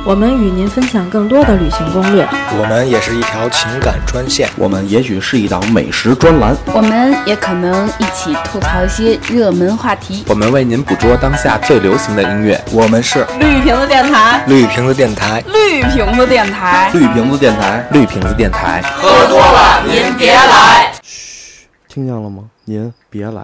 我们与您分享更多的旅行攻略， 我们也是一条情感专线， 我们也许是一档美食专栏， 我们也可能一起吐槽一些热门话题， 我们为您捕捉当下最流行的音乐。 我们是绿瓶子电台， 绿瓶子电台， 绿瓶子电台， 绿瓶子电台， 绿瓶子电台。 喝多了您别来。 嘘，听见了吗？您别来。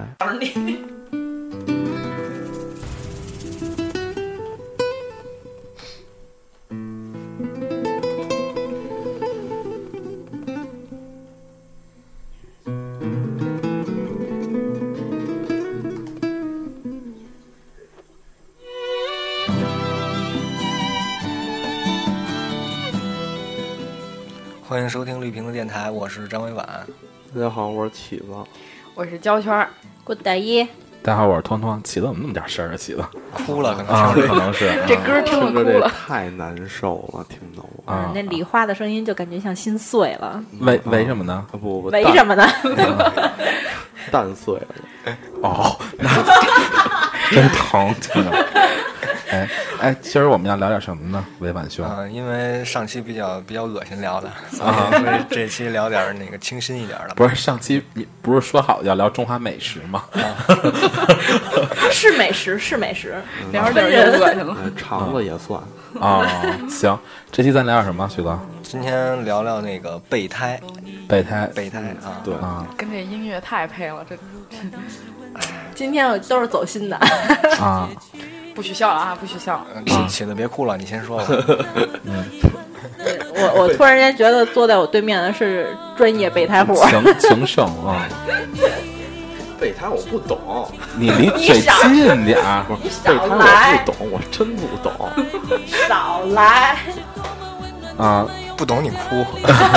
欢迎收听绿瓶子电台，我是张伟婉。 大家好，我是起子， 我是焦圈， 郭大一。 大家好，我是团团。起的怎么那么点声啊？起的哭了，可能啊，可能是这歌听了哭了， 太难受了，听得我啊， 那理花的声音就感觉像心碎了。 为什么呢？ 不， 为什么呢？ 蛋碎了。 哦，真疼，真的。哎，今儿我们要聊点什么呢？委婉兄， 因为上期比较恶心聊的，所以这期聊点那个清新一点的。 不是上期你不是说好要聊中华美食吗？ 是美食，是美食， 聊着聊着恶心了。 肠子也算啊。行，这期咱聊点什么？徐哥， 今天聊聊那个备胎啊， 对啊， 跟这音乐太配了，这今天我都是走心的啊。 不许笑了啊！不许笑。 起子别哭了，你先说吧。 我突然间觉得坐在我对面的是专业备胎户， 情圣啊。 备胎我不懂， 你离嘴近点儿。 备胎我不懂，我真不懂。 少来啊！ 不懂你哭，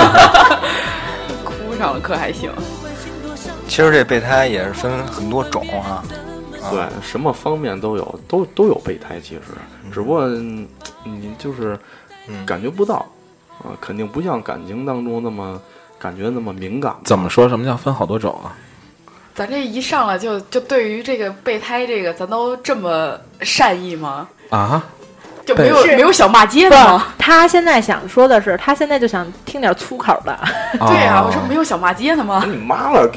哭上了可还行。 其实这备胎也是分很多种啊。 对，什么方面都有，都有备胎，其实，只不过你就是感觉不到啊，肯定不像感情当中那么感觉那么敏感。 怎么说？什么叫分好多种啊？ 咱这一上来就对于这个备胎这个，咱都这么善意吗？ 啊？ 就没有小骂街的吗？ 他现在想说的是，他现在就想听点粗口的。 对呀，我说没有小骂街的吗？ 你妈了！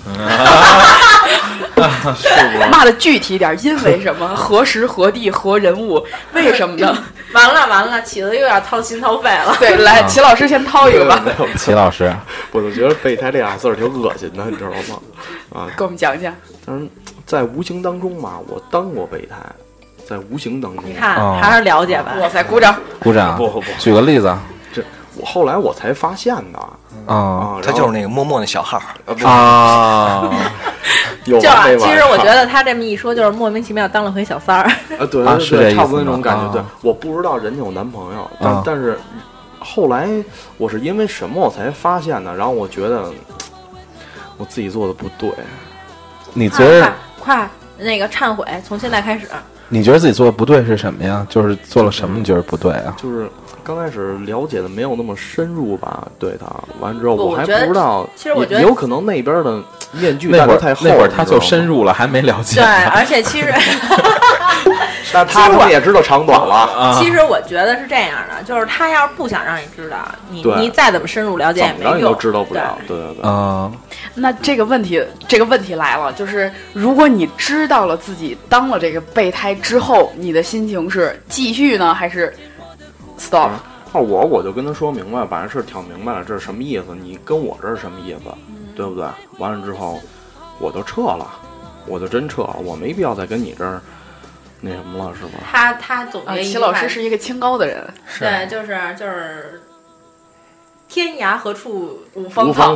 骂的具体点，因为什么？何时何地何人物？为什么呢？ 完了，起子又要掏心掏肺了。 对，来，齐老师先掏一个吧。 齐老师， 我就觉得备胎这俩字儿挺恶心的，你知道吗？啊， 给我们讲讲。 但是在无形当中嘛，我当过备胎，在无形当中， 你看还是了解吧。 哇塞，鼓掌！ 鼓掌！ 不， 举个例子。 这我后来我才发现的啊， 他就是那个默默的小号啊。 就其实我觉得他这么一说，就是莫名其妙当了回小三儿啊，对， 是这意思， 差不多那种感觉。对，我不知道人家有男朋友，但是后来我是因为什么我才发现的？然后我觉得我自己做的不对。 你觉得快那个忏悔，从现在开始。 你觉得自己做的不对是什么呀？就是做了什么你觉得不对啊？ 就是刚开始了解的没有那么深入吧，对他完之后我还不知道， 其实我觉得有可能那边的面具戴得太厚， 那会儿他就深入了，还没了解。 对，而且其实， 但他们也知道长短了。 其实我觉得是这样的，就是他要是不想让你知道，你再怎么深入了解也没用， 你都知道不了。对。 那这个问题来了，就是如果你知道了自己当了这个备胎之后，你的心情是继续呢，还是 stop？ 我就跟他说明白，把这事挑明白了，这是什么意思？你跟我这是什么意思？对不对？完了之后，我就撤了，我就真撤了，我没必要再跟你这儿那什么了，是吧？ 他总结齐老师是一个清高的人， 对，就是天涯何处无芳草，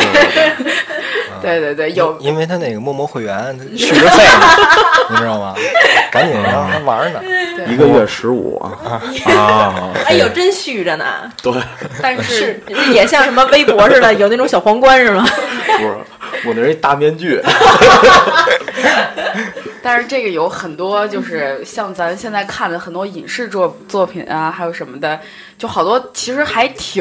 对，有， 因为他那个陌陌会员续着费呢，你知道吗？赶紧让他玩呢 ，1个月15 啊！ 哎呦，真续着呢。 对， 但是也像什么微博似的，有那种小皇冠是吗？ 不是，我那是一大面具。 但是这个有很多，就是像咱现在看的很多影视作品啊，还有什么的，就好多其实还挺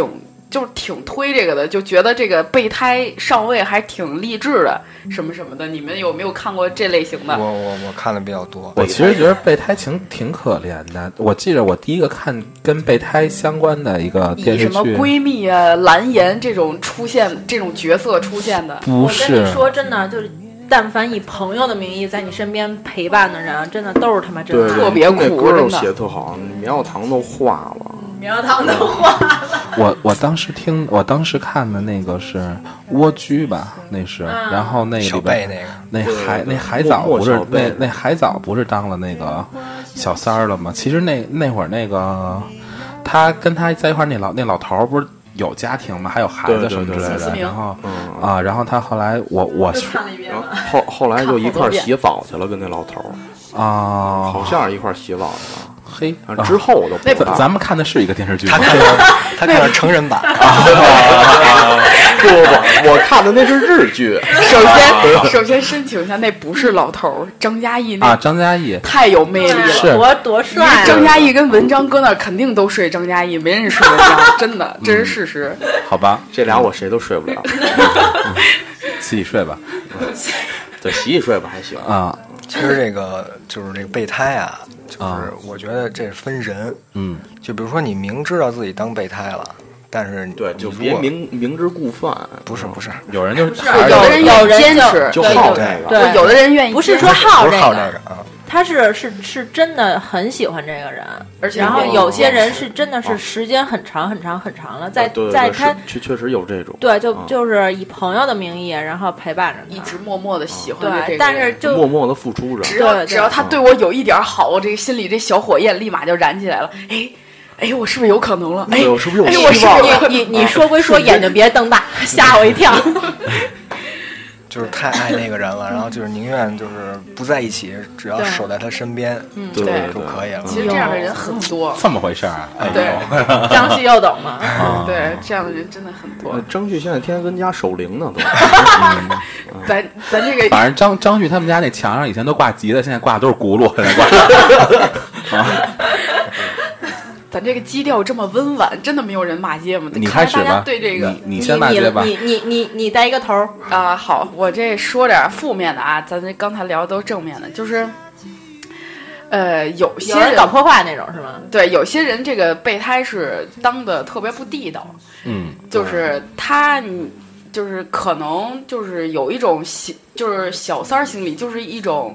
就是挺推这个的，就觉得这个备胎上位还挺励志的，什么什么的。你们有没有看过这类型的？ 我看的比较多。 我其实觉得备胎挺可怜的。我记得我第一个看跟备胎相关的一个电视剧， 以什么闺蜜啊、蓝颜这种出现这种角色出现的， 不是。 我跟你说真的，就是但凡以朋友的名义在你身边陪伴的人，真的都是他妈真爱， 特别苦， 歌都写特好，棉花糖都化了。 棉花糖都化了。 我当时看的那个是蜗居吧，那是，然后那里边那海藻不是那海藻不是当了那个小三儿了吗？其实那会儿那个他跟他在一块儿那老头儿不是有家庭吗？还有孩子什么之类的。然后然后他后来我看了一遍了， 后来就一块儿洗澡去了，跟那老头儿好像是一块儿洗澡去了。 嘿， 之后我都不知道。 咱们看的是一个电视剧， 他看的成人版。 不，我看的那是日剧。 首先申请一下，那不是老头儿，张嘉译那张嘉译太有魅力了， 是多帅啊！ 张嘉译跟文章搁那儿肯定都睡张嘉译，没人睡文章，真的，这是事实。 好吧， 这俩我谁都睡不了。 自己睡吧。 对，洗洗睡吧还行啊。 其实这个就是这个备胎啊，就是我觉得这分人，就比如说你明知道自己当备胎了，但是对，就别明知故犯。 不是， 有人就有人愿意坚持， 就好这个， 对， 有的人愿意， 不是说好这个啊。 他是真的很喜欢这个人， 而且然后有些人是真的是时间很长了，在他确实有这种， 对，就是以朋友的名义，然后陪伴着他， 一直默默的喜欢对，但是就默默的付出着， 只要他对我有一点好，我这个心里这小火焰立马就燃起来了。哎，我是不是有可能了？ 我是不是有希望？ 你说归说，眼睛别瞪大，吓我一跳。 就是太爱那个人了，然后就是宁愿就是不在一起，只要守在他身边， 对就可以了。 其实这样的人很多， 这么回事啊？ 对， 张旭又懂吗？ 对，这样的人真的很多。 张旭现在天天跟家守灵呢，都。 咱这个， 反正张旭他们家那墙上以前都挂吉他，现在挂的都是轱辘，现在挂。 咱这个基调这么温婉，真的没有人骂街吗？ 你开始吧， 对这个， 你先骂街吧。 你带一个头啊。好，我这说点负面的啊，咱这刚才聊的都是正面的，就是，有些人搞破坏那种是吗？ 对，有些人这个备胎是当的特别不地道，就是他，就是可能就是有一种就是小三儿心理，就是一种。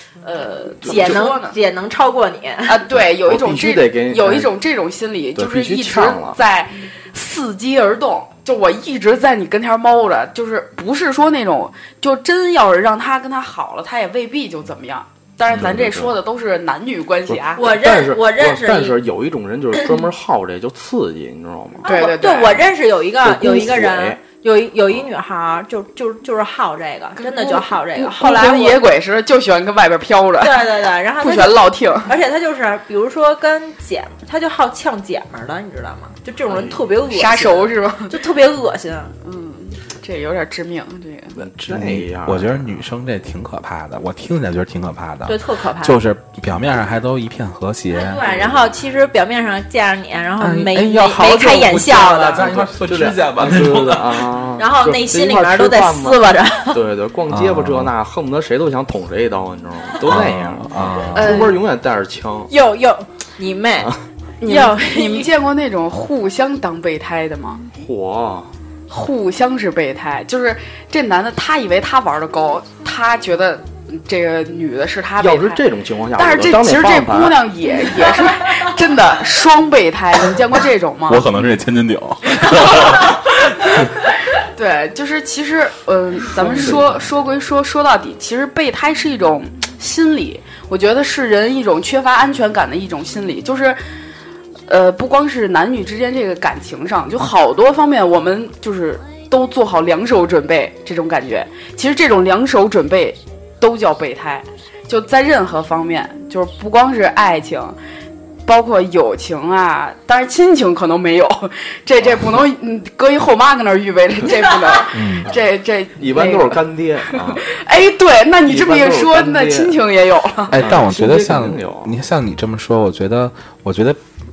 姐能超过你啊？对，有一种这种心理，就是一直在伺机而动。就我一直在你跟前猫着，就是不是说那种，就真要是让他跟他好了，他也未必就怎么样。当然，咱这说的都是男女关系啊。 我认识， 但是有一种人就是专门好这就刺激，你知道吗？ 对， 我认识有一个人。有一女孩就是好这个，真的就好这个。后来野鬼似的，就喜欢跟外边飘着。 对，然后不喜欢落听。 而且他就是，比如说跟他就好呛姐们儿的，你知道吗？就这种人特别恶心， 杀熟是吧？ 就特别恶心。 这有点致命。 这样， 我觉得女生这挺可怕的，我听起来觉得挺可怕的。 对，特可怕。 就是表面上还都一片和谐， 对，然后其实表面上见着你，然后没开眼笑的， 咱一块做指甲吧那种啊。 然后内心里面都在撕巴着。 对，逛街吧这那，恨不得谁都想捅谁一刀，你知道吗？都那样啊。 出门永远带着枪。 又你妹！ 你们见过那种互相当备胎的吗？互相是备胎，就是这男的他以为他玩的高，他觉得这个女的是他备胎。 要是这种情况下， 但是其实这姑娘也是真的双备胎，你们见过这种吗？ 我可能是这千斤顶。 对，就是其实咱们说归说到底，其实备胎是一种心理，我觉得是人一种缺乏安全感的一种心理，就是。不光是男女之间这个感情上，就好多方面，我们就是都做好两手准备，这种感觉。其实这种两手准备都叫备胎，就在任何方面，就是不光是爱情，包括友情啊，当然亲情可能没有，这不能搁一后妈搁那儿预备，这不能，这一般都是干爹啊。 哎，对，那你这么一说，那亲情也有了。 哎，但我觉得像你这么说，我觉得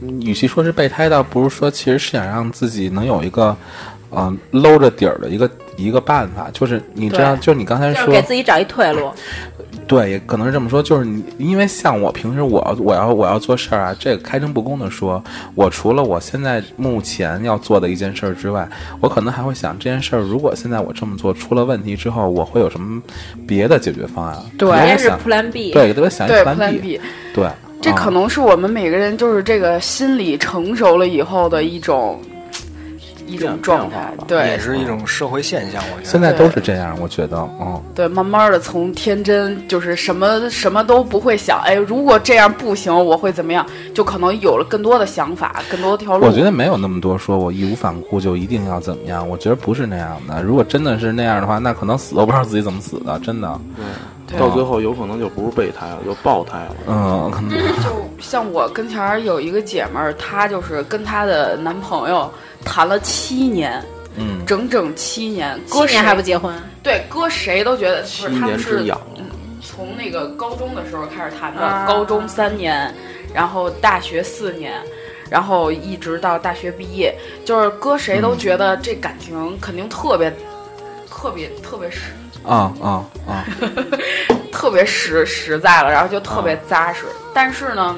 与其说是备胎，倒不如说其实是想让自己能有一个搂着底儿的一个办法，就是你这样，就是你刚才说给自己找一退路。 对，也可能是这么说，就是你，因为像我平时我要做事儿啊，这个开诚布公的说，我除了我现在目前要做的一件事儿之外，我可能还会想这件事儿，如果现在我这么做出了问题之后，我会有什么别的解决方案？ 对， 这是 Plan B。 对，给我想一 Plan B。 对， 这可能是我们每个人就是这个心理成熟了以后的一种状态，对， 也是一种社会现象。我觉得现在都是这样，我觉得， 对，慢慢的从天真就是什么都不会想，哎，如果这样不行，我会怎么样？就可能有了更多的想法，更多条路。 我觉得没有那么多说我义无反顾就一定要怎么样，我觉得不是那样的。如果真的是那样的话，那可能死都不知道自己怎么死的，真的。 对，到最后有可能就不是备胎了，就爆胎了。 可能就像我跟前有一个姐们儿，她就是跟她的男朋友谈了7年。整整7年 ，7年还不结婚？ 对，搁谁都觉得 7年之痒。 从那个高中的时候开始谈的，高中3年，然后大学4年，然后一直到大学毕业，就是搁谁都觉得这感情肯定特别实。特别实在了，然后就特别扎实。但是呢，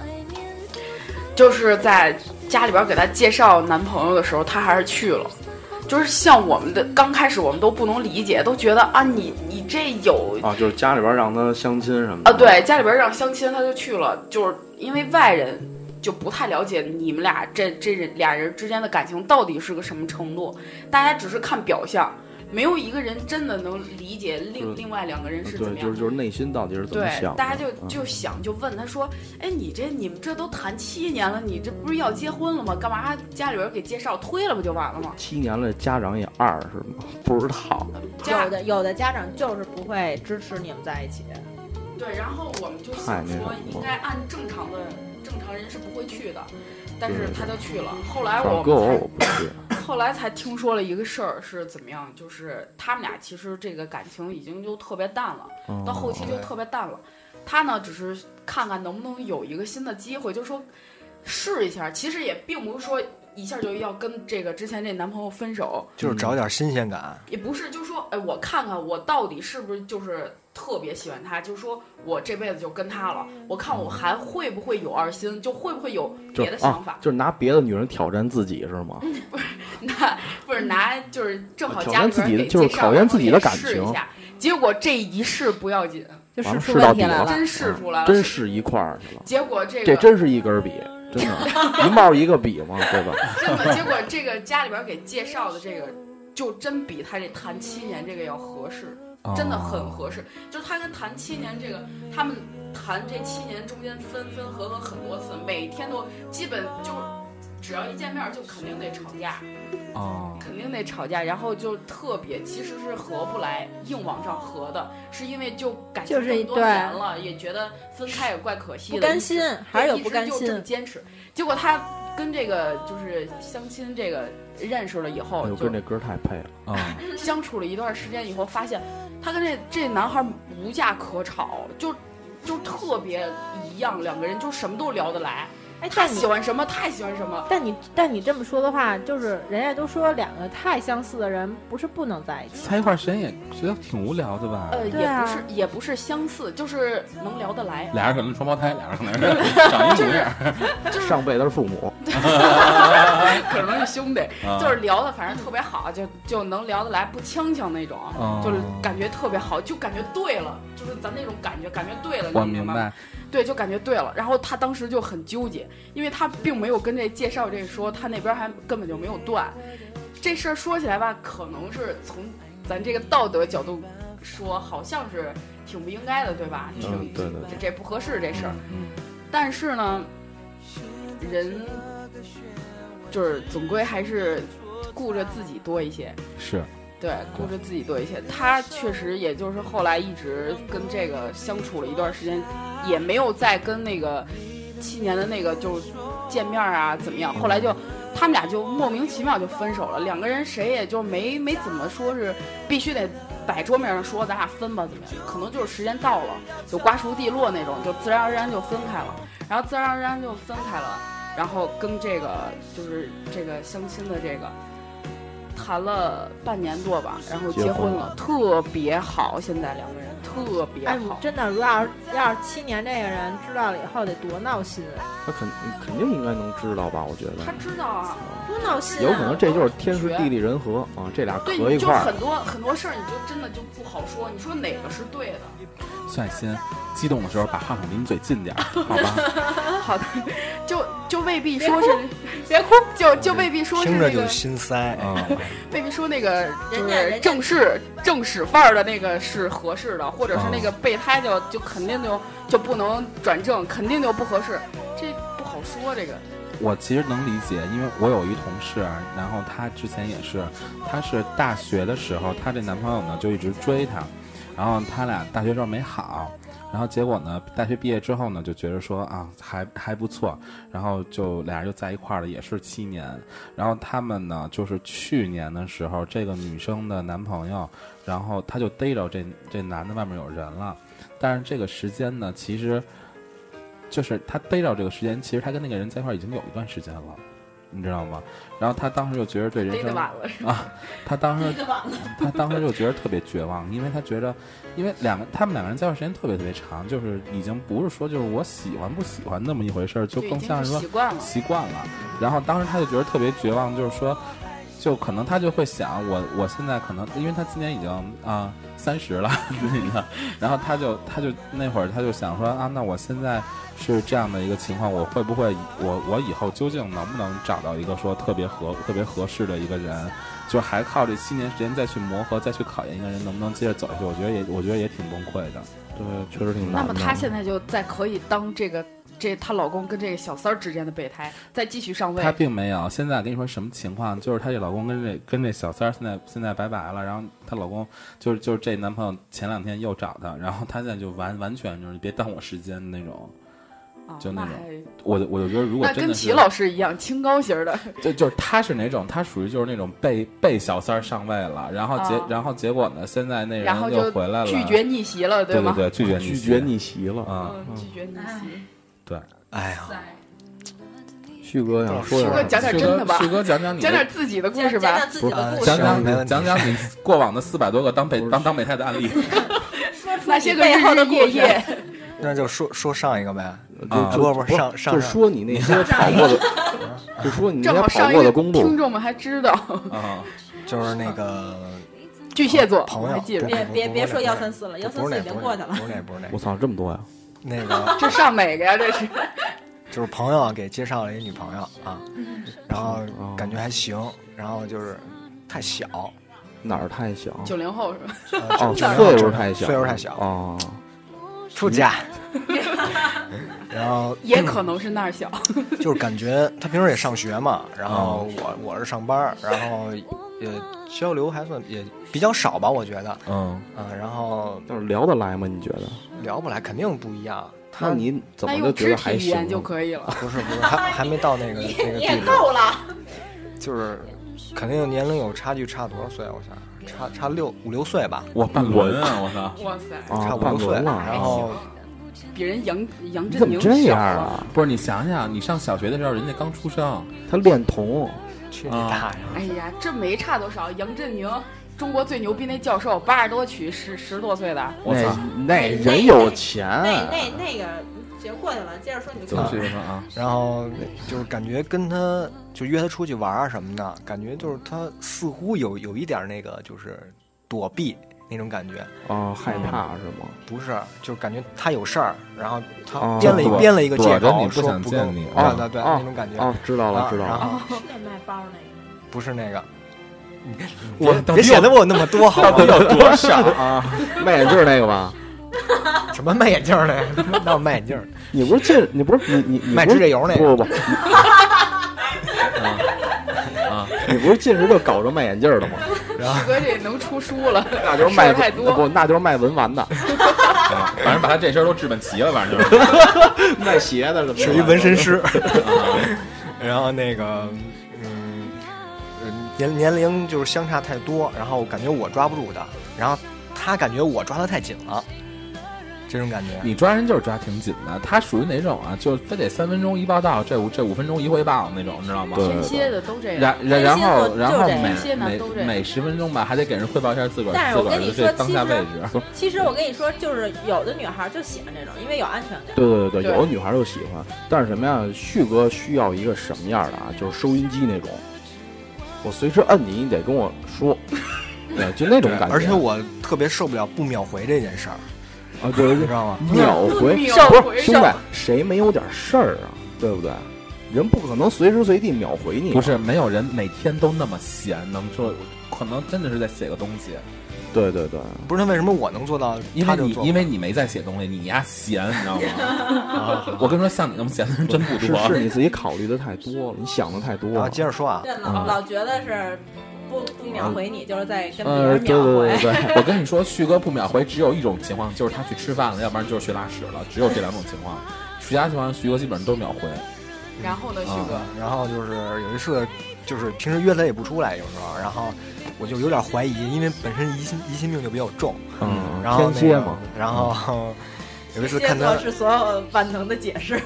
就是在家里边给她介绍男朋友的时候，她还是去了。就是像我们的刚开始我们都不能理解，都觉得啊你这有就是家里边让他相亲什么的对，家里边让相亲他就去了，就是因为外人就不太了解你们俩这俩人之间的感情到底是个什么程度，大家只是看表象，没有一个人真的能理解另外2个人是怎么样。 对，就是内心到底是怎么想。 对，大家就想就问他说，哎，你们这都谈7年了，你这不是要结婚了吗？干嘛家里边给介绍推了不就完了吗 ？7年了，家长也二是吗？不知道。 有的家长就是不会支持你们在一起。 对，然后我们就想说，应该按正常人是不会去的，但是他就去了。后来后来才听说了一个事儿是怎么样，就是他们俩其实这个感情已经就特别淡了，到后期就特别淡了。他呢只是看看能不能有一个新的机会，就是说试一下。其实也并不是说一下就要跟这个之前这男朋友分手， 就是找点新鲜感。 也不是，就是说，哎，我看看我到底是不是就是特别喜欢他，就是说我这辈子就跟他了，我看我还会不会有2心，就会不会有别的想法， 就是拿别的女人挑战自己是吗？ 不是拿就是正好家里边给就是考验自己的感情。 结果这一试不要紧， 就试出问题来了， 真试出来了， 真是一块儿去了。 结果这真是一根笔，真的，一帽一个笔嘛，对吧？ 真的，结果这个家里边给介绍的这个，就真比他这谈7年这个要合适，真的很合适。就是他跟谈7年这个，他们谈这7年中间分合很多次，每天都基本就是只要一见面就肯定得吵架，肯定得吵架，然后就特别其实是合不来，硬往上合的，是因为就感情这么多年了，也觉得分开也怪可惜的， 不甘心，还是有不甘心， 就这么坚持。结果他跟这个就是相亲这个认识了以后， 就跟这歌太配了相处了一段时间以后，发现他跟这男孩无架可吵，就特别一样，两个人就什么都聊得来。哎，他喜欢什么，他喜欢什么。 但你这么说的话，就是人家都说2个太相似的人不是不能在一起， 在一块儿时间也觉得挺无聊的吧？ 也不是相似，就是能聊得来。 俩人可能双胞胎，俩人可能是长一模样， 上辈子是父母， 可能是兄弟，就是聊的反正特别好，就能聊得来，不呛那种，就是感觉特别好，就感觉对了，就是咱那种感觉对了， 我明白。 对，就感觉对了。然后他当时就很纠结，因为他并没有跟这介绍这个说，他那边还根本就没有断。这事儿说起来吧，可能是从咱这个道德角度说，好像是挺不应该的，对吧？ 对， 这不合适这事儿。但是呢，人就是总归还是顾着自己多一些。 是。 对，顾着自己多一些。他确实也就是后来一直跟这个相处了一段时间，也没有再跟那个7年的那个就见面啊怎么样。后来就他们俩就莫名其妙就分手了，两个人谁也就没怎么说是必须得摆桌面上说咱俩分吧怎么样，可能就是时间到了，就瓜熟蒂落那种，就自然而然就分开了。然后自然而然就分开了。 然后跟这个就是这个相亲的这个谈了半年多吧，然后结婚了，特别好，现在两个人特别好。 真的，如果要是7年这个人知道了以后得多闹心啊！ 他肯定应该能知道吧？我觉得他知道啊， 多闹心！ 有可能这就是天时地利人和啊，这俩合一块儿。 对，就很多事儿，你就真的就不好说。你说哪个是对的？ 算先激动的时候把话筒离你嘴近点，好吧？ 好的，就未必说是别哭， 就未必说是听着就心塞啊， 未必说那个就是正史范儿的那个是合适的，或者是那个备胎就肯定就不能转正，肯定就不合适，这不好说这个。 我其实能理解，因为我有一同事，然后她之前也是，她是大学的时候，她这男朋友呢就一直追她，然后他俩大学时候没好，然后结果呢，大学毕业之后呢，就觉得说啊，还不错，然后就俩人就在一块儿了，也是7年。然后他们呢，就是去年的时候，这个女生的男朋友，然后他就逮着这男的外面有人了，但是这个时间呢，其实就是他逮着这个时间，其实他跟那个人在一块儿已经有一段时间了。你知道吗？然后他当时就觉得对人生啊，他当时就觉得特别绝望，因为他觉得，因为他们两个人在一块时间特别特别长，就是已经不是说就是我喜欢不喜欢那么一回事儿，就更像是说习惯了。然后当时他就觉得特别绝望，就是说，就可能他就会想，我现在可能，因为他今年已经30了，然后他就那会儿他就想说啊，那我现在是这样的一个情况，我会不会我以后究竟能不能找到一个说特别合适的一个人，就还靠这7年时间再去磨合，再去考验一个人能不能接着走下去，我觉得也挺崩溃的。 对，确实挺难的。 那么她现在就再可以当她老公跟这个小三儿之间的备胎，再继续上位。 她并没有。现在跟你说什么情况？就是她这老公跟这小三儿现在拜拜了，然后她老公就是这男朋友前2天又找她，然后她现在就完全就是别耽误我时间那种。就那种，我就觉得如果真的那跟齐老师一样清高型的， 就是他是哪种？他属于就是那种被小三儿上位了，然后结果呢？现在那人又回来了， 拒绝逆袭了， 对吗？ 对，拒绝逆袭了啊！ 拒绝逆袭， 对， 哎呀， 旭哥想说旭哥讲点真的吧， 旭哥讲点自己的故事吧， 讲你过往的400多个当备胎的案例， 那些个日日夜夜。 那就说上一个呗， 不上就说你那些跑过的，就说你那些跑过的公路， 听众们还知道啊，就是那个巨蟹座朋友， 别说134了，134已经过去了， 不是那， 我操，这么多呀！ 那个这上哪个呀？这是就是朋友给介绍了一女朋友啊，然后感觉还行，然后就是太小， 哪儿太小 ？90后是吧？ 哦，岁数太小， 岁数太小哦。 出嫁，然后也可能是那儿小， 就是感觉他平时也上学嘛，然后我是上班，然后也交流还算也比较少吧，我觉得，然后就是聊得来吗？你觉得聊不来，肯定不一样。 那你怎么就觉得还行就可以了？ 不是，还没到那个地步， 也够了， 就是肯定年龄有差距，差多少岁？我想。差5、6岁吧， 我半轮啊！我操， 哇塞， 差5、6岁了，然后比人杨振宁这样啊？ 不是，你想想，你上小学的时候，人家刚出生， 他恋童， 去你大爷！ 哎呀，这没差多少。杨振宁，中国最牛逼那教授，80多娶10多岁的， 我操， 那人有钱， 那个。就过去了，接着说你的故事啊。 然后就是感觉跟他就约他出去玩啊什么的，感觉就是他似乎有一点那个就是躲避那种感觉。 害怕是吗？ 不是，就感觉他有事儿，然后他编了一个借口， 你不想见你， 对那种感觉。 知道了。 是那卖包那个？ 不是那个。我别显得我那么多好， 到底有多少啊？ 卖眼镜那个吧？ 什么卖眼镜呢？那我卖眼镜。 你不是你卖指甲油那个？ 不。你不是近视就搞着卖眼镜的吗？ 然后哥这能出书了， 那就是卖太多不，那就是卖文玩的。 反正把他这身都置办齐了，反正就是卖鞋的， 属于纹身师。然后那个年龄就是相差太多，然后感觉我抓不住他，然后他感觉我抓得太紧了。 这种感觉。 你抓人就是抓挺紧的，他属于哪种啊？就非得3分钟一报道，这5分钟一汇报那种，你知道吗？ 天蝎的都这样。 然后每10分钟吧，还得给人汇报一下自个儿的这当下位置。 其实我跟你说，就是有的女孩就喜欢这种，因为有安全感。 对，有的女孩就喜欢。但是什么呀？旭哥需要一个什么样的啊？就是收音机那种，我随时摁你得跟我说。对，就那种感觉。 而且我特别受不了不秒回这件事儿啊！对，你知道吗？ 秒回不是兄弟，谁没有点事儿啊？对不对？人不可能随时随地秒回你。 不是，没有人每天都那么闲，能说可能真的是在写个东西。 对， 不是他为什么我能做到？ 因为你没在写东西，你丫闲，你知道吗？我跟你说，像你那么闲的人真不多。 是你自己考虑的太多了，你想的太多了。 接着说啊， 老觉得是。不秒回你，就是在跟别人秒回。 对，我跟你说，旭哥不秒回只有一种情况，就是他去吃饭了，要不然就是去拉屎了，只有这2种情况。其他情况，旭哥基本上都秒回。 然后呢，旭哥？ 然后就是有一次，就是平时约他也不出来，有时候，然后我就有点怀疑，因为本身疑心病就比较重。然后天蝎嘛， 然后有一次看他是所有万能的解释。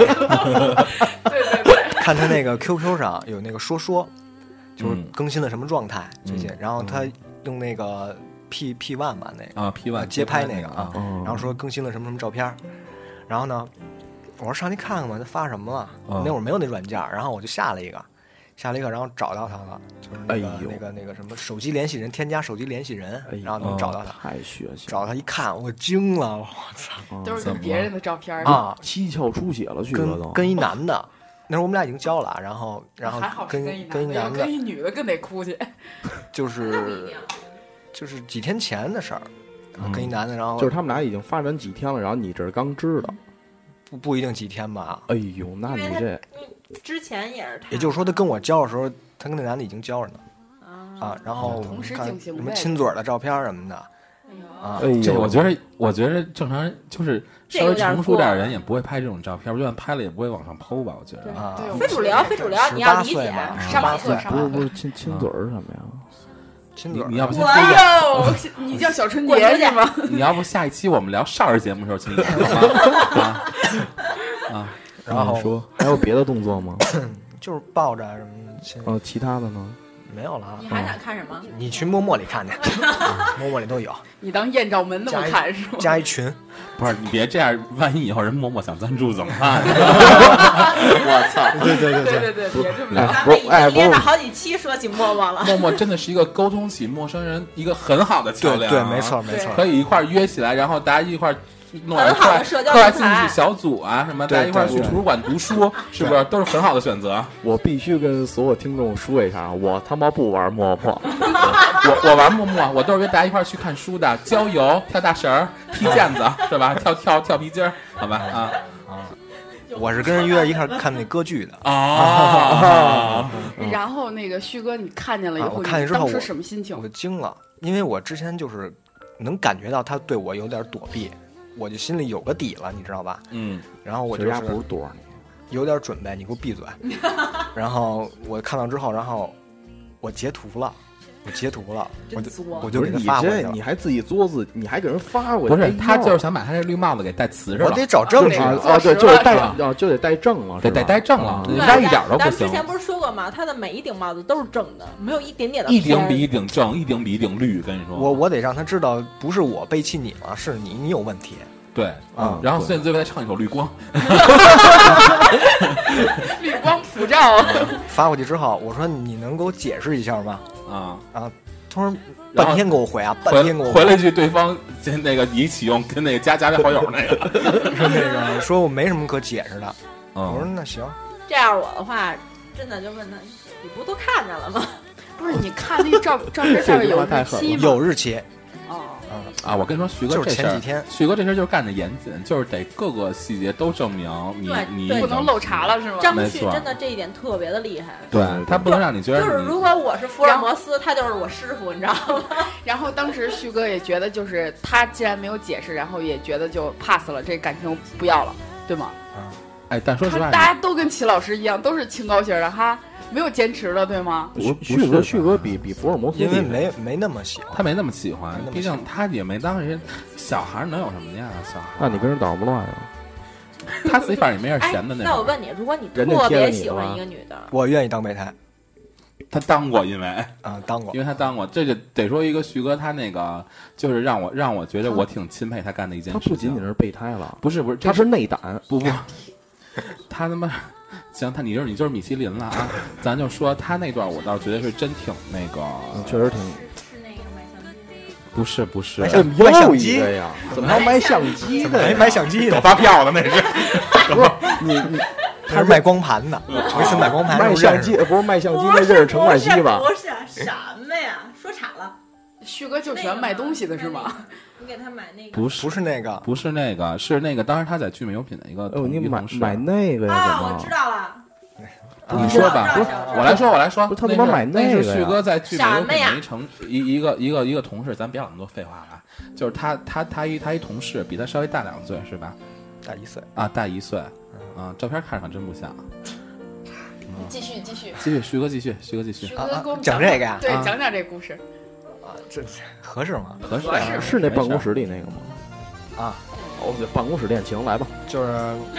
对， 看他那个 QQ 上有那个说。就是更新了什么状态最近，然后他用那个 P1 吧，那个 P1 街拍那个啊，然后说更新了什么照片，然后呢，我说上去看看吧，他发什么了？那会儿没有那软件，然后我就下了一个，然后找到他了，就是那个什么手机联系人，添加手机联系人，然后能找到他， 太血腥， 找他一看，我惊了，我操， 都是跟别人的照片啊， 七窍出血了， 跟一男的。那时候我们俩已经交了，然后跟一男的， 跟一女的更得哭去， 就是几天前的事儿，跟一男的，然后就是他们俩已经发展几天了，然后你这是刚知道， 不一定几天吧？ 哎呦，那你这之前也是他， 也就是说他跟我交的时候，他跟那男的已经交着呢，然后看什么亲嘴的照片什么的。 这我觉得正常人就是稍微成熟点的人也不会拍这种照片，就算拍了也不会往上抛吧？我觉得非主流，你要理解。 18岁不是亲嘴什么呀？ 亲嘴， 你要不先你叫小春节是吗？ 你要不下一期我们聊少儿节目的时候亲嘴好吗？ 然后说还有别的动作吗？ 就是抱着什么其他的呢？ 没有了。 你还想看什么？ 你去陌陌里看去，陌陌里都有。 你当艳照门那么看是吗？ 加一群， 不是你别这样，万一以后人陌陌想赞助怎么办？ 我操！ 对，别这么聊。 咱们已经连着好几期说起陌陌了。 陌陌真的是一个沟通起陌生人一个很好的桥梁。 对，没错， 可以一块约起来，然后大家一块弄很好的社交课外兴趣小组啊，什么大家一块去图书馆读书，是不是都是很好的选择？ 我必须跟所有听众说一下，我他妈不玩陌陌， 我玩陌陌，我都是约大家一块去看书的，郊游、跳大绳、踢毽子，是吧？跳皮筋儿，好吧啊。 我是跟人约一块看那歌剧的然后那个旭哥，你看见了以后， 我看见之后当时什么心情？ 我惊了，因为我之前就是能感觉到他对我有点躲避。我就心里有个底了，你知道吧？然后我就是不是躲你， 有点准备，你给我闭嘴。然后我看到之后，然后我截图了，我就给他发过去了。 你还自己作自，你还给人发过去？不是，他就是想把他这绿帽子给戴瓷实了。 我得找证据对，就是就得带证了， 得带证了，带一点都不行。 咱之前不是说过吗？他的每一顶帽子都是正的，没有一点点的。 一顶比一顶正，一顶比一顶绿。跟你说， 我得让他知道，不是我背弃你了，是你有问题。 对，然后现在最后再唱一首《绿光》， 绿光普照。 发过去之后，我说你能给我解释一下吗？他说半天给我回啊，半天给我回了一句，对方那个已启用跟那个加好友那个， 说那个说我没什么可解释的。我说那行， 这样我的话，真的就问他，你不都看见了吗？ 不是，你看那照片下面有日期吗？ 有日期。 我跟你说，徐哥就是前几天， 徐哥这事就是干的严谨，就是得各个细节都证明你不能漏查了是吗？ 张旭真的这一点特别的厉害， 对他不能让你觉得就是如果我是福尔摩斯，他就是我师傅，你知道吗？ 然后当时旭哥也觉得，就是他既然没有解释，然后也觉得就 pass 了，这感情不要了，对吗？ 哎，但说实话， 大家都跟齐老师一样，都是清高型的哈，没有坚持的，对吗？ 旭哥比福尔摩斯， 因为没那么喜欢， 他没那么喜欢，毕竟他也没当人小孩能有什么呀？小孩， 那你跟人捣不乱啊？ 他自己反正也没点闲的那种。 那我问你，如果你特别喜欢一个女的， 我愿意当备胎。 他当过，因为当过， 因为他当过，这就得说一个旭哥，他那个就是让我觉得我挺钦佩他干的一件事情。 他不仅仅是备胎了， 不是， 他是内胆， 不，他他妈行，你就是米其林了啊！咱就说他那段，我倒觉得是真挺那个， 确实挺。 是那个卖相机？ 不是， 卖相机呀？怎么还卖相机的？ 卖相机的， 发票的那是？ 不是你。 他是卖光盘的，我一次买光盘， 卖相机不是卖相机，那认识陈冠希吧？ 不是什么呀，说岔了。 旭哥就喜欢卖东西的是吗？ 你给他买那个？ 不是那个， 不是那个，是那个。当时他在聚美优品的一个你同事买那个呀？ 啊，我知道了。 你说吧，不是我来说。 他怎么买那个？ 是旭哥在聚美优品的一个同事，咱别老那么多废话了。就是他一同事比他稍微大2岁是吧？ 大1岁啊，大1岁。照片看着真不像。 继续， 旭哥继续。 旭哥给我们讲这个呀？ 对，讲这个故事。 这合适吗？ 合适。 是那办公室里那个吗？办公室恋情，来吧。 就是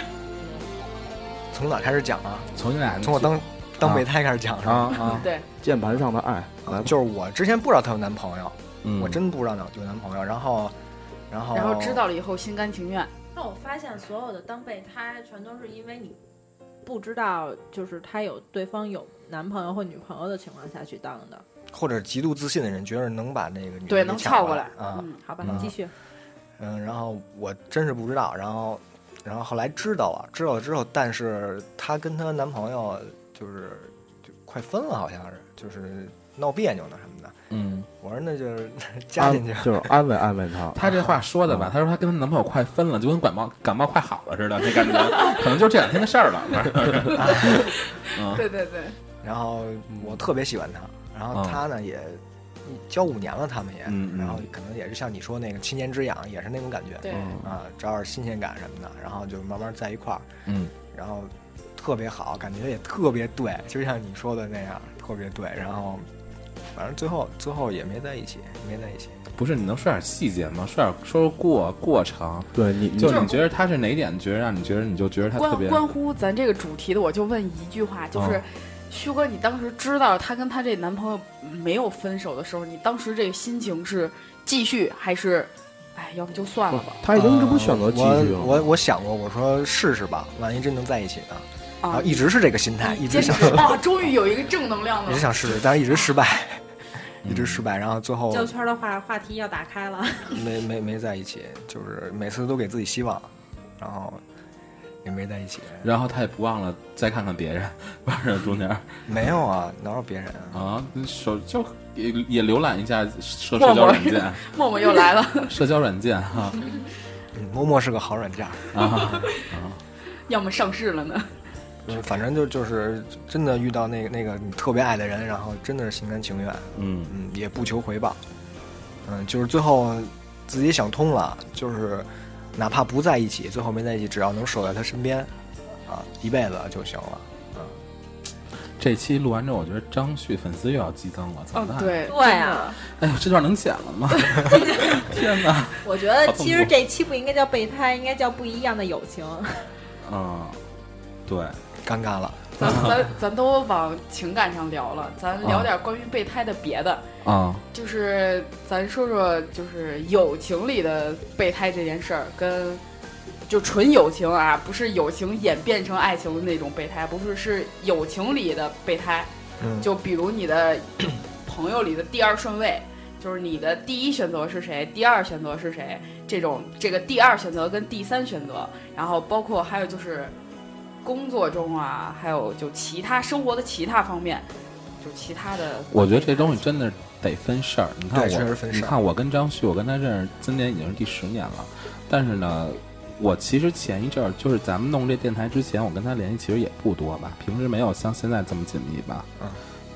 从哪开始讲啊？ 从我当备胎开始讲是吧？ 对， 键盘上的爱。 就是我之前不知道她有男朋友，我真不知道有男朋友，然后知道了以后心甘情愿。 那我发现所有的当备胎全都是因为你不知道，就是对方有男朋友或女朋友的情况下去当的， 或者极度自信的人觉得能把那个女对能撬过来啊。 好吧，继续。 然后我真是不知道，然后后来知道了之后，但是她跟她男朋友就快分了，好像是就是闹别扭呢什么的。我说那就是加进去， 就是安慰他。 他这话说的吧，他说他跟她男朋友快分了，就跟感冒快好了似的，那感觉可能就这2天的事儿了。 对。 然后我特别喜欢他，然后他呢也交5年了，他们也，然后可能也是像你说那个7年之痒，也是那种感觉， 对找点新鲜感什么的，然后就慢慢在一块儿，然后特别好，感觉也特别对，就像你说的那样，特别对，然后。反正最后也没在一起。 不是，你能说点细节吗？说过程。 对，你觉得他是哪点觉得让你觉得你就觉得他特别关乎咱这个主题的，我就问一句话，就是旭哥，你当时知道他跟他这男朋友没有分手的时候，你当时这个心情是继续还是，要不就算了吧？ 他已经这么选择继续了。 我想过，我说试试吧，万一真能在一起呢？然后一直是这个心态，一直想终于有一个正能量了。 一直想试试，但是一直失败，然后最后胶圈的话题要打开了， 没在一起，就是每次都给自己希望，然后也没在一起。 然后他也不忘了再看看别人，忘了中间没有啊，哪有别人啊？就也浏览一下社交软件， 默默又来了， 社交软件哈。 陌陌是个好软件啊， 要么上市了呢。 反正就是真的遇到那个你特别爱的人，然后真的是心甘情愿，也不求回报，就是最后自己想通了，就是哪怕不在一起，最后没在一起，只要能守在他身边，一辈子就行了。 这期录完之后，我觉得张旭粉丝又要激增了，怎么办？ 对啊！ 哎呦，这段能剪了吗？天哪！ 我觉得其实这期不应该叫备胎，应该叫不一样的友情。 对。 尴尬了， 咱都往情感上聊了，咱聊点关于备胎的别的就是咱说说，就是友情里的备胎这件事儿，跟就纯友情啊，不是友情演变成爱情的那种备胎，不是友情里的备胎，就比如你的朋友里的第2顺位，就是你的第1选择是谁，第2选择是谁，这个第2选择跟第3选择，然后包括还有就是工作中啊，还有就其他生活的其他方面，就其他的。 我觉得这东西真的得分事儿。你看你看我跟张旭，我跟他认识今年已经是第10年了，但是呢，我其实前一阵儿就是咱们弄这电台之前，我跟他联系其实也不多吧，平时没有像现在这么紧密吧。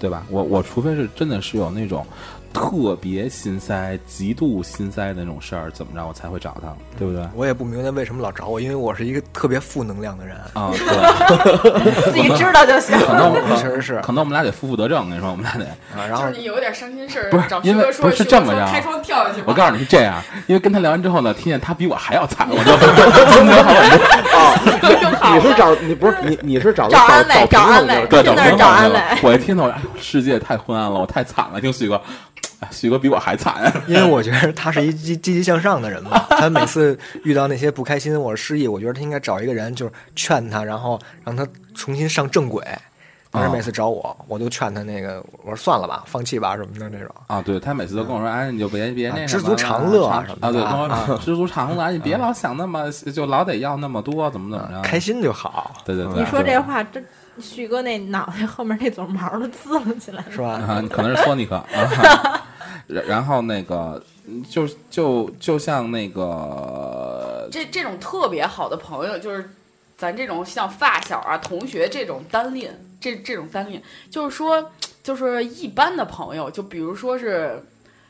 对吧？我除非是真的是有那种特别心塞、极度心塞的那种事儿，怎么着我才会找他，对不对？ 我也不明白为什么老找我，因为我是一个特别负能量的人啊。对， 自己知道就行。 可能确实是， 可能我们俩得负得正，你说我们俩得啊。然后就是你有点伤心事儿， 不是因为不是这么着， 开窗跳下去。 我告诉你是这样，因为跟他聊完之后呢，听见他比我还要惨，我就心情好很多。你是找你不是你是找安慰，找安慰， 对， 找安慰。 我一听到世界太昏暗了，我太惨了，听旭哥。旭哥比我还惨， 因为我觉得他是一积极向上的人嘛。他每次遇到那些不开心或者失意，我觉得他应该找一个人，就是劝他，然后让他重新上正轨。但是每次找我，我就劝他那个，我说算了吧，放弃吧什么的那种。 啊，对他每次都跟我说，哎，你就别那知足常乐啊什么的。 啊，对，跟我说知足常乐，你别老想那么，就老得要那么多，怎么着， 开心就好。 对对对， 你说这话真。旭哥那脑袋后面那撮毛都滋了起来， 是吧？ 啊，可能是索尼克。然后那个，就像那个， 这种特别好的朋友，就是咱这种像发小啊、同学这种单恋，这种单恋，就是说，就是一般的朋友，就比如说是，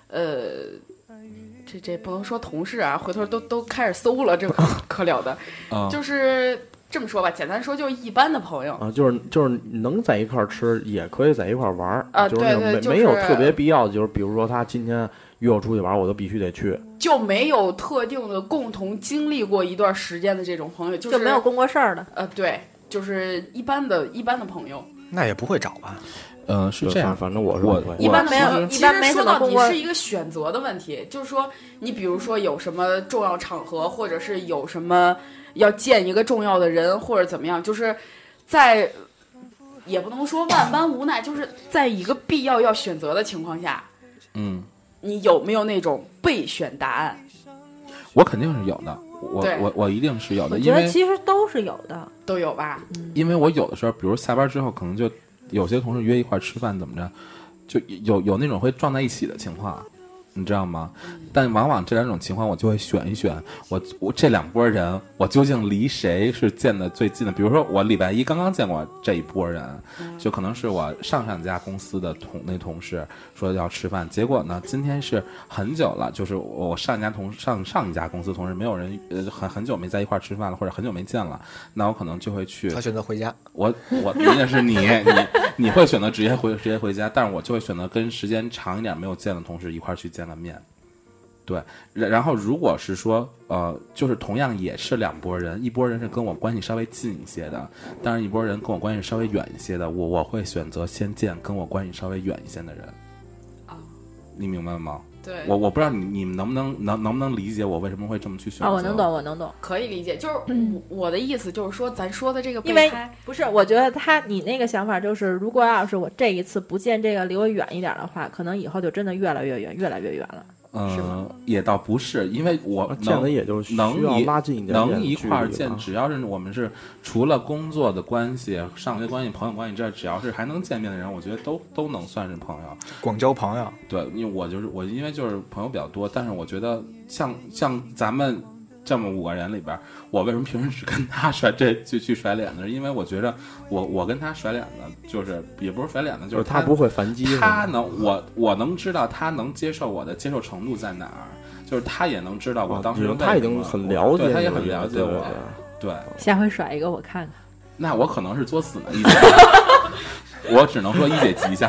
这不能说同事啊，回头都开始搜了，这可了的，就是。这么说吧，简单说就是一般的朋友啊，就是能在一块儿吃，也可以在一块儿玩啊， 就是没有特别必要的，就是比如说他今天约我出去玩，我都必须得去， 就没有特定的共同经历过一段时间的这种朋友，就没有共过事儿的。 对，就是一般的朋友， 那也不会找吧？ 是这样， 反正我一般没有。 其实说到底是一个选择的问题，就是说你比如说有什么重要场合，或者是有什么。要见一个重要的人或者怎么样，就是在也不能说万般无奈，就是在一个必要选择的情况下，你有没有那种备选答案？ 我肯定是有的，我一定是有的。 我觉得其实都是有的， 都有吧。 因为我有的时候，比如下班之后，可能就有些同事约一块吃饭，怎么着，就有那种会撞在一起的情况。你知道吗？但往往这两种情况，我就会选一选，我这两拨人，我究竟离谁是见的最近的？比如说，我礼拜一刚刚见过这一拨人，就可能是我上家公司的同事说要吃饭，结果呢，今天是很久了，就是我上一家公司同事没有人很久没在一块吃饭了，或者很久没见了，那我可能就会去。 他选择回家， 我明显是你会选择直接回家，但是我就会选择跟时间长一点没有见的同事一块去见个面。对，然后如果是说就是同样也是两拨人，一拨人是跟我关系稍微近一些的，但是一拨人跟我关系稍微远一些的，我会选择先见跟我关系稍微远一些的人。你明白吗？ 对， 我不知道你们能不能理解我为什么会这么去选择。 我能懂， 可以理解。就是我的意思就是说，咱说的这个备胎， 因为不是，我觉得你那个想法就是，如果要是我这一次不见这个离我远一点的话，可能以后就真的越来越远了。 也倒不是，因为我见的也就是需要拉近一点， 能一块儿见，只要是我们是除了工作的关系、上学关系、朋友关系，这只要是还能见面的人，我觉得都能算是朋友， 广交朋友。 对，因为我因为就是朋友比较多，但是我觉得像咱们这么5个人里边，我为什么平时只跟他去甩脸呢？因为我觉得我跟他甩脸呢，就是也不是甩脸呢，就是他不会反击， 他能我能知道他能接受我的接受程度在哪儿，就是他也能知道我当时他已经很了解， 他也很了解我，对。 下回甩一个我看看。 那我可能是作死呢，一姐，我只能说一姐吉祥。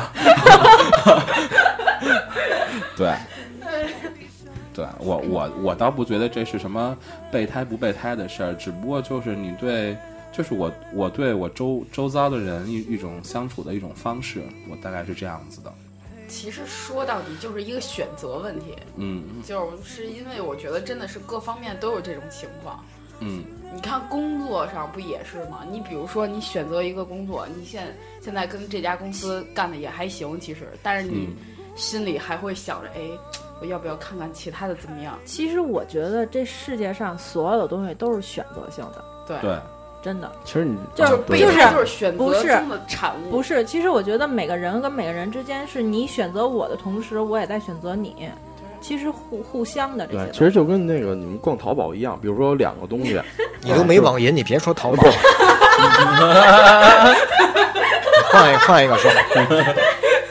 对。对，我倒不觉得这是什么备胎不备胎的事儿，只不过就是你对，就是我对我周遭的人一种相处的一种方式，我大概是这样子的。 其实说到底就是一个选择问题，就是因为我觉得真的是各方面都有这种情况。你看工作上不也是吗？你比如说你选择一个工作，你现在跟这家公司干的也还行，其实，但是你心里还会想着，我要不要看看其他的怎么样？ 其实我觉得这世界上所有的东西都是选择性的， 对， 真的。 其实你就是选择中的产物， 不是。其实我觉得每个人跟每个人之间，是你选择我的同时，我也在选择你。其实互相的这些。 对，其实就跟那个你们逛淘宝一样，比如说有2个东西， 你都没网银，你别说淘宝。换一个说。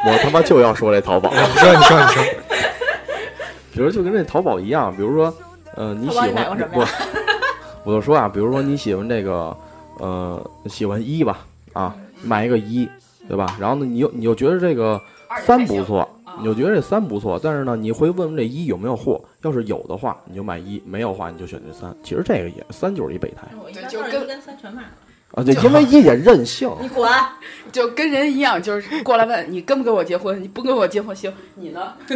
我他妈就要说这淘宝。 你说。 比如就跟这淘宝一样，比如说，你喜欢我就说啊，比如说你喜欢这个，喜欢1吧，啊，买一个1，对吧？然后呢，你又觉得这个3不错，你就觉得这3不错，但是呢，你会问问这1有没有货，要是有的话，你就买1；没有的话，你就选这3。其实这个也3就是一备胎， 对，就跟3全买了。 啊，对，因为1也任性， 你滚， 就跟人一样，就是过来问你跟不跟我结婚，你不跟我结婚行，你呢？ 就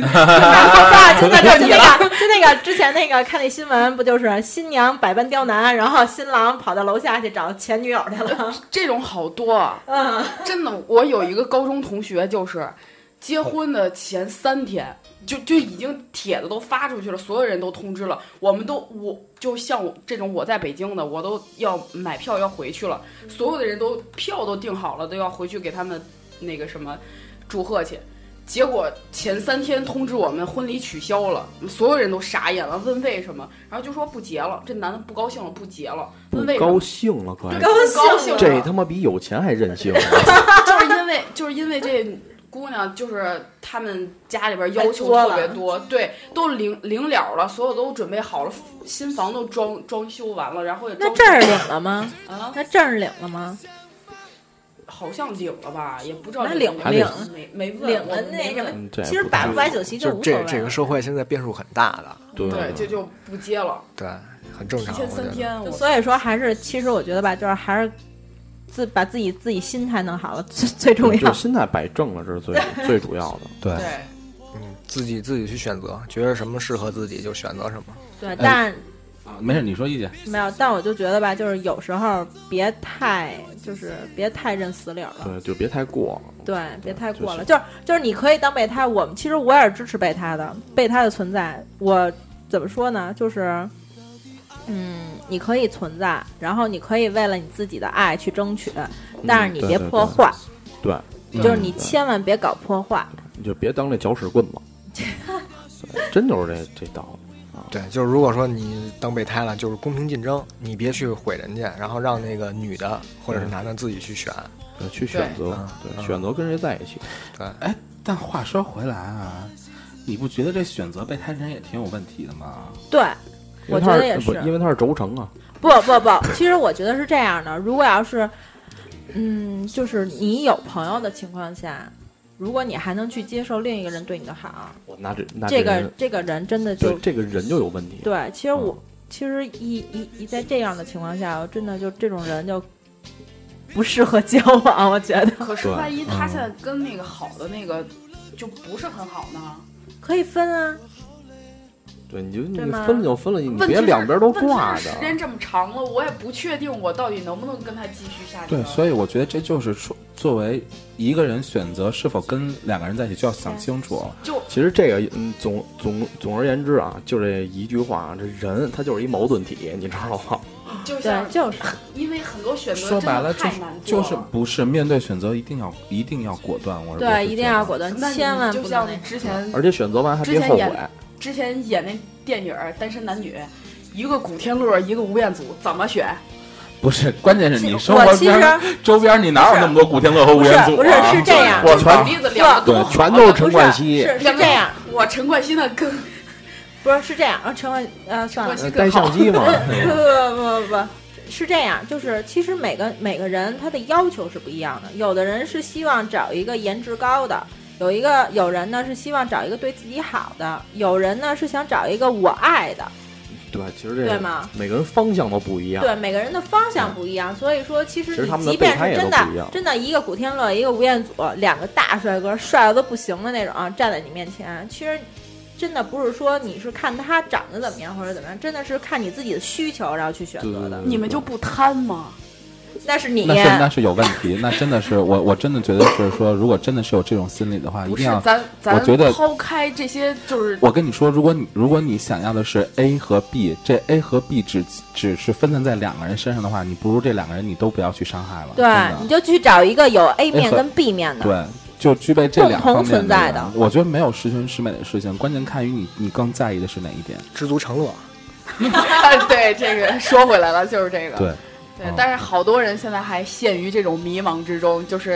那个之前那个看那新闻，不就是新娘百般刁难，然后新郎跑到楼下去找前女友去了？ 这种好多，真的，我有一个高中同学，就是结婚的前3天。就已经帖子都发出去了，所有人都通知了，我就像我这种我在北京的，我都要买票要回去了，所有的人都票都订好了，都要回去给他们那个什么祝贺去。结果前3天通知我们婚礼取消了，所有人都傻眼了，问为什么，然后就说不结了，这男的不高兴了，不结了，问为什么？ 高兴了，可高兴了， 这他妈比有钱还任性， 就是因为这。姑娘就是他们家里边要求特别多，对，都领了了，所有都准备好了，新房都装修完了，然后也那证儿领了吗？啊，那证儿领了吗？ 好像领了吧，也不知道那领没问， 领了那个，其实8不8酒席就无所谓。 这个社会现在变数很大的， 对，就不接了， 对，很正常。 提前3天， 所以说还是，其实我觉得吧，就是还是。把自己心态弄好了最重要， 就是心态摆正了，这是最主要的。 对， 自己去选择，觉得什么适合自己就选择什么。 对，但没事，你说意见。 没有，但我就觉得吧，就是有时候别太认死理了。 对，就别太过。 对，别太过了。就是你可以当备胎，其实我也是支持备胎的存在。我怎么说呢？就是。你可以存在，然后你可以为了你自己的爱去争取，但是你别破坏。 对， 就是你千万别搞破坏， 你就别当那搅屎棍子。真就是这道理啊。 对，就是如果说你当备胎了，就是公平竞争，你别去毁人家，然后让那个女的或者是男的自己去选， 去选择，对，选择跟谁在一起。 对， 哎，但话说回来啊，你不觉得这选择备胎人也挺有问题的吗？ 对。我觉得也是， 因为他是轴承啊。 不，其实我觉得是这样的。如果要是，就是你有朋友的情况下，如果你还能去接受另一个人对你的好， 那这个人真的就这个人就有问题。 对，其实一在这样的情况下，真的就这种人就不适合交往。我觉得。 可是万一他现在跟那个好的那个就不是很好呢？ 可以分啊。 对，你分了就分了，你别两边都挂着。 时间这么长了，我也不确定我到底能不能跟他继续下去。 对，所以我觉得这就是作为一个人选择是否跟2个人在一起，就要想清楚。 其实这个总而言之啊，就这一句话啊，这人他就是一矛盾体，你知道吗？ 就是因为很多选择说白了太难做就是不是面对选择一定要果断。我对，一定要果断，千万不能。 就像之前， 而且选择完还别后悔。 之前演那电影《单身男女》，一个古天乐，一个吴彦祖，怎么选？ 不是，关键是你生活边周边你哪有那么多古天乐和吴彦祖？ 不是这样， 我全都是陈冠希。 是这样， 我陈冠希那更不是这样。陈冠算了， 带相机嘛？ 不，是这样，就是其实每个人他的要求是不一样的，有的人是希望找一个颜值高的。有人呢是希望找一个对自己好的，有人呢是想找一个我爱的。 对，其实这对吗？ 每个人方向都不一样。 对，每个人的方向不一样，所以说其实你即便是真的一个古天乐，一个吴彦祖，2个大帅哥，帅的都不行的那种啊，站在你面前，其实真的不是说你是看他长得怎么样或者怎么样，真的是看你自己的需求然后去选择的。 你们就不贪吗？ 那是你， 那是有问题。那真的是我真的觉得是说，如果真的是有这种心理的话，一定要我觉得抛开这些，就是我跟你说，如果你想要的是 A 和 B， 这 A 和 B 只是分散在2个人身上的话，你不如这2个人你都不要去伤害了。 对，你就去找一个有 A 面跟 B 面的， 对，就具备这2方面存在的。 我觉得没有十全十美的事情，关键看于你更在意的是哪一点。 知足常乐。 对，这个说回来了，就是这个。 对。 对，但是好多人现在还陷于这种迷茫之中，就是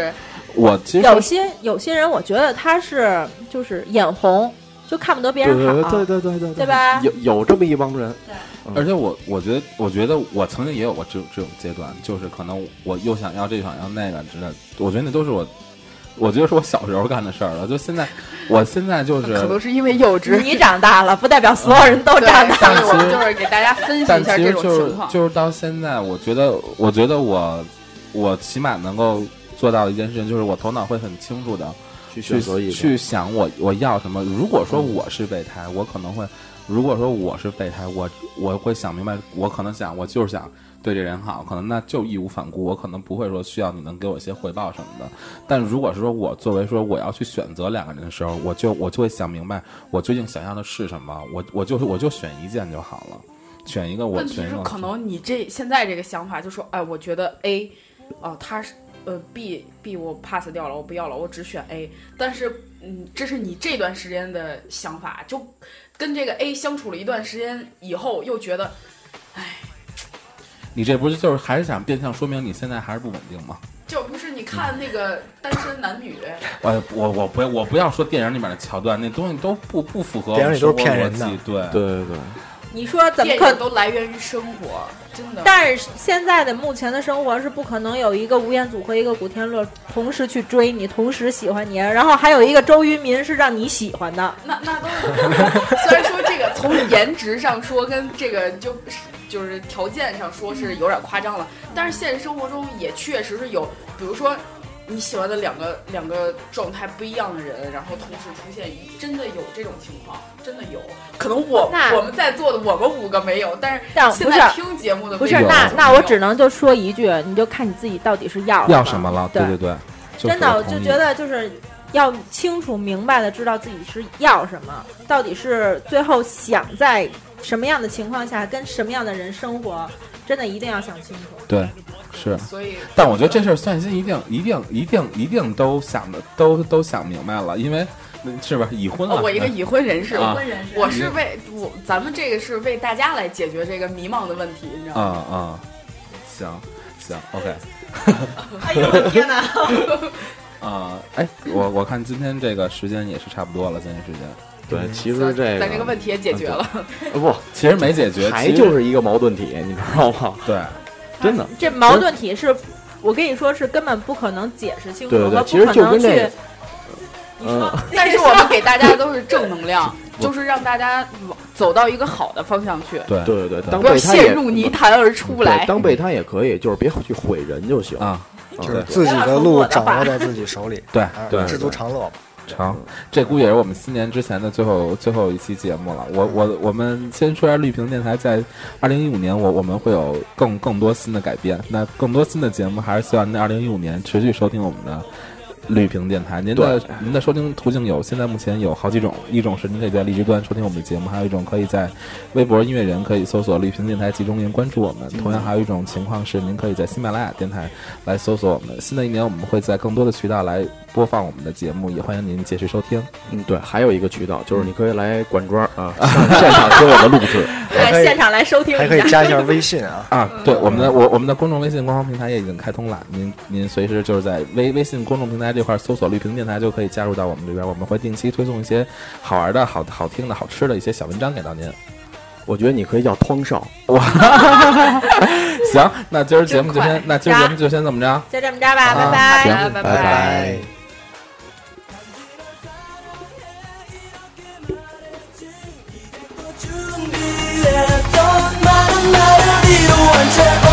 我其实有些人，我觉得他是就是眼红，就看不得别人好， 对吧？ 有这么一帮人。 而且我觉得我曾经也有过这种阶段，就是可能我又想要这想要那个之类的，我觉得那都是我觉得是我小时候干的事儿了。就我现在就是可能是因为幼稚， 你长大了，不代表所有人都长大了。 我们就是给大家分析一下这种情况。 就是到现在，我觉得我起码能够做到一件事情，就是我头脑会很清楚的去想我要什么。如果说我是备胎，我可能会。如果说我是备胎，我会想明白，我可能想，我就是想对这人好，可能那就义无反顾，我可能不会说需要你能给我一些回报什么的。但如果是说我作为说我要去选择两个人的时候，我就会想明白，我究竟想要的是什么，我就选一件就好了，选一个我选一个。 可能你现在这个想法就说，哎，我觉得 A， 他是B 我 pass 掉了，我不要了，我只选 A。但是这是你这段时间的想法，就跟这个 A 相处了一段时间以后，又觉得，哎， 你这不是就是还是想变相说明你现在还是不稳定吗？ 就不是你看那个单身男女， 我不要说电影里面的桥段，那东西都不符合电影里都是骗人的， 对。 你说怎么可能都来源于生活，真的。 但是现在的目前的生活是不可能有一个吴彦祖和一个古天乐同时去追你，同时喜欢你，然后还有一个周渝民是让你喜欢的。 那都是虽然说这个从颜值上说跟这个就是条件上说是有点夸张了，但是现实生活中也确实是有，比如说你喜欢的两个状态不一样的人，然后同时出现，真的有这种情况，真的有。可能我们在座的我们5个没有，但是现在听节目的不是那我只能就说一句，你就看你自己到底是要什么了。对， 真的我就觉得就是要清楚明白的知道自己是要什么，到底是最后想在什么样的情况下跟什么样的人生活，真的一定要想清楚。 对。是， 所以， 但我觉得这事儿算心一定都想的都想明白了，因为是不是已婚了？ 我一个已婚人士，我是咱们这个是为大家来解决这个迷茫的问题，你知道吗？行 ，OK。 哎呦我天哪！ 我看今天这个时间也是差不多了，今天时间。 对，其实咱这个问题也解决了。 不， 其实没解决， 还就是一个矛盾体，你知道吗？ 对。 真的， 这矛盾体是，我跟你说是根本不可能解释清楚和不可能去。 但是我们给大家都是正能量，就是让大家走到一个好的方向去。 对， 不要陷入泥潭而出不来。 当备胎也可以，就是别去毁人就行啊。就是自己的路掌握在自己手里， 对， 知足常乐吧。 成，这估计也是我们新年之前的最后一期节目了。我们先说一下绿屏电台在2015年，我们会有更多新的改变。那更多新的节目，还是希望在2015年持续收听我们的绿屏电台。您的收听途径现在目前有好几种，一种是您可以在荔枝端收听我们的节目，还有一种可以在微博音乐人可以搜索绿屏电台集中营关注我们。同样还有一种情况是您可以在喜马拉雅电台来搜索我们。新的一年我们会在更多的渠道来播放我们的节目，也欢迎您届时收听。 对，还有一个渠道就是你可以来管庄啊，现场听我的录制， 来现场来收听， 还可以加一下微信啊。 对，我们的公众微信官方平台也已经开通了，您随时就是在微信公众平台这块搜索绿屏电台就可以加入到我们这边，我们会定期推送一些好玩的、好听的、好吃的一些小文章给到您。 我觉得你可以叫汤少。 行，那今儿节目就先这么着， 就这么着吧，拜拜， 行， 拜拜。 더 많은 나를 이루한 채